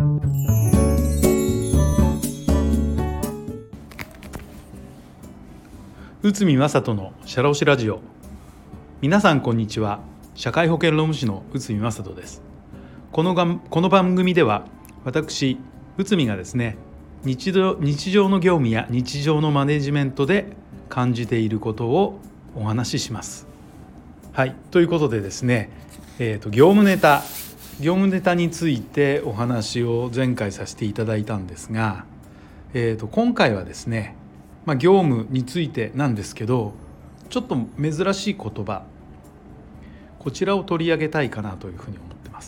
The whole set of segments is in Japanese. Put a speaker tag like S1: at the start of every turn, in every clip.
S1: 内海正人のシャラオシラジオ。皆さんこんにちは。社会保険労務士の内海正人です。この番組では私内海がですね、日常の業務や日常のマネジメントで感じていることをお話しします。はい、ということでですね、業務ネタについてお話を前回させていただいたんですが、今回はですね、業務についてなんですけど、ちょっと珍しい言葉、こちらを取り上げたいかなというふうに思ってます。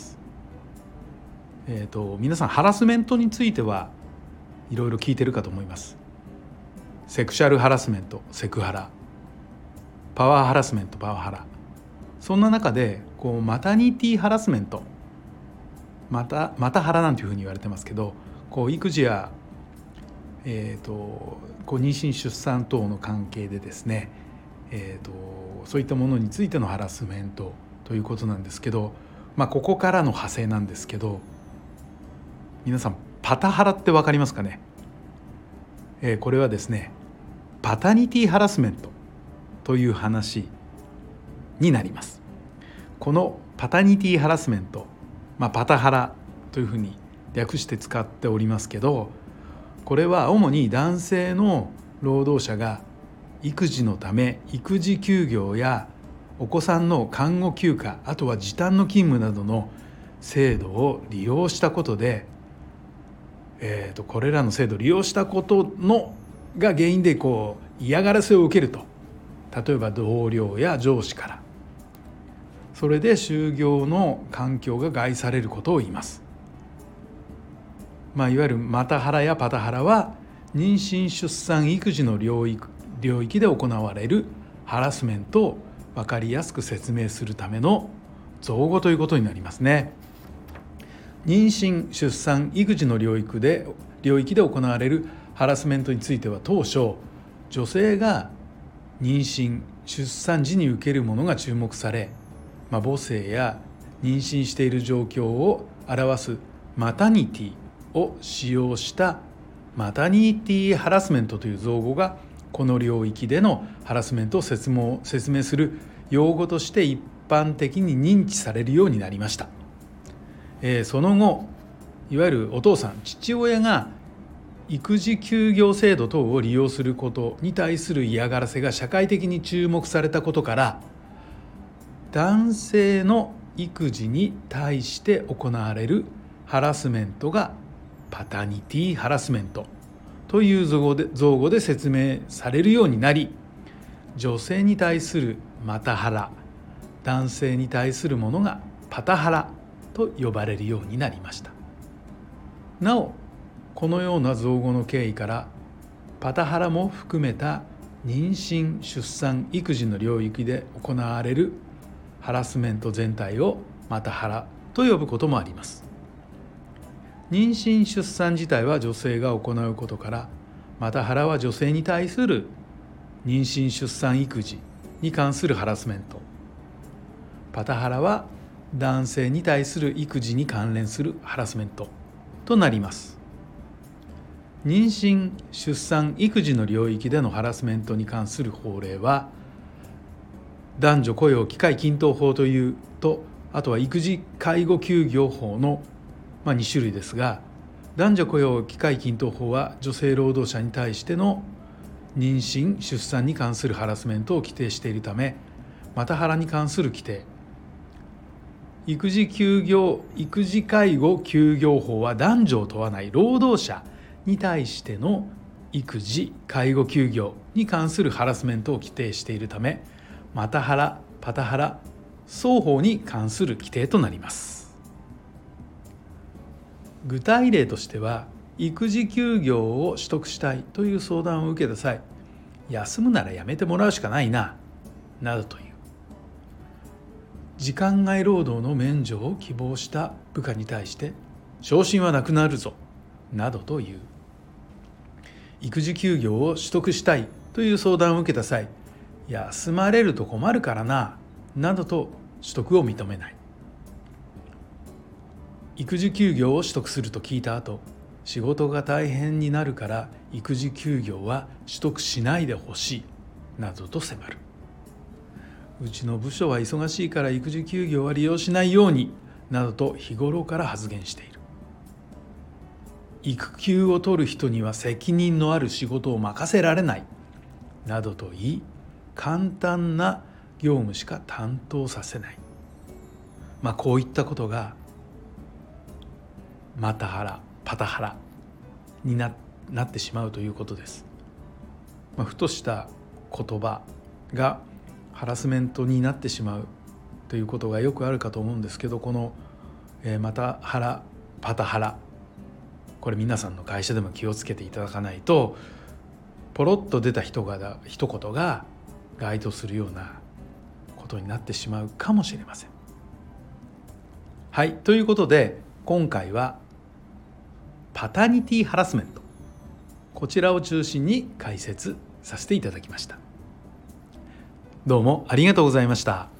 S1: 皆さんハラスメントについてはいろいろ聞いてるかと思います。セクシャルハラスメント、セクハラ、パワーハラスメント、パワハラ。そんな中でマタニティハラスメント、またハラなんていうふうに言われてますけど、育児や妊娠出産等の関係でですね、そういったものについてのハラスメントということなんですけど、ここからの派生なんですけど、皆さんパタハラって分かりますかね。これはですね、パタニティハラスメントという話になります。このパタニティハラスメント、パタハラというふうに略して使っておりますけど、これは主に男性の労働者が育児のため育児休業やお子さんの看護休暇、あとは時短の勤務などの制度を利用したことで、これらの制度を利用したことが原因で嫌がらせを受けると。例えば同僚や上司から。それで就業の環境が害されることを言います。いわゆるマタハラやパタハラは妊娠出産育児の領域で行われるハラスメントを分かりやすく説明するための造語ということになりますね。妊娠出産育児の領域で行われるハラスメントについては当初、女性が妊娠出産時に受けるものが注目され、母性や妊娠している状況を表すマタニティを使用したマタニティハラスメントという造語がこの領域でのハラスメントを説明する用語として一般的に認知されるようになりました。その後、いわゆるお父さん、父親が育児休業制度等を利用することに対する嫌がらせが社会的に注目されたことから、男性の育児に対して行われるハラスメントがパタニティハラスメントという造語で説明されるようになり、女性に対するマタハラ、男性に対するものがパタハラと呼ばれるようになりました。なお、このような造語の経緯から、パタハラも含めた妊娠出産育児の領域で行われるハラスメント全体をマタハラと呼ぶこともあります。妊娠出産自体は女性が行うことから、マタハラは女性に対する妊娠出産育児に関するハラスメント、パタハラは男性に対する育児に関連するハラスメントとなります。妊娠出産育児の領域でのハラスメントに関する法令は、男女雇用機会均等法というと、あとは育児介護休業法の2種類ですが、男女雇用機会均等法は女性労働者に対しての妊娠出産に関するハラスメントを規定しているため、マタハラに関する規定、育児介護休業法は男女を問わない労働者に対しての育児介護休業に関するハラスメントを規定しているため、マタハラパタハラ双方に関する規定となります。具体例としては、育児休業を取得したいという相談を受けた際、休むならやめてもらうしかないな、などという、時間外労働の免除を希望した部下に対して、昇進はなくなるぞ、などという、育児休業を取得したいという相談を受けた際、休まれると困るからな、などと取得を認めない。 育児休業を取得すると聞いた後、仕事が大変になるから育児休業は取得しないでほしいなどと迫る。うちの部署は忙しいから育児休業は利用しないようになどと日頃から発言している。育休を取る人には責任のある仕事を任せられないなどと言い、簡単な業務しか担当させない。こういったことがマタハラ、パタハラに なってしまうということです。ふとした言葉がハラスメントになってしまうということがよくあるかと思うんですけど、このマタハラ、パタハラ、これ皆さんの会社でも気をつけていただかないと、ポロッと出た一言が該当するようなことになってしまうかもしれません。はい、ということで今回はパタニティハラスメント、こちらを中心に解説させていただきました。どうもありがとうございました。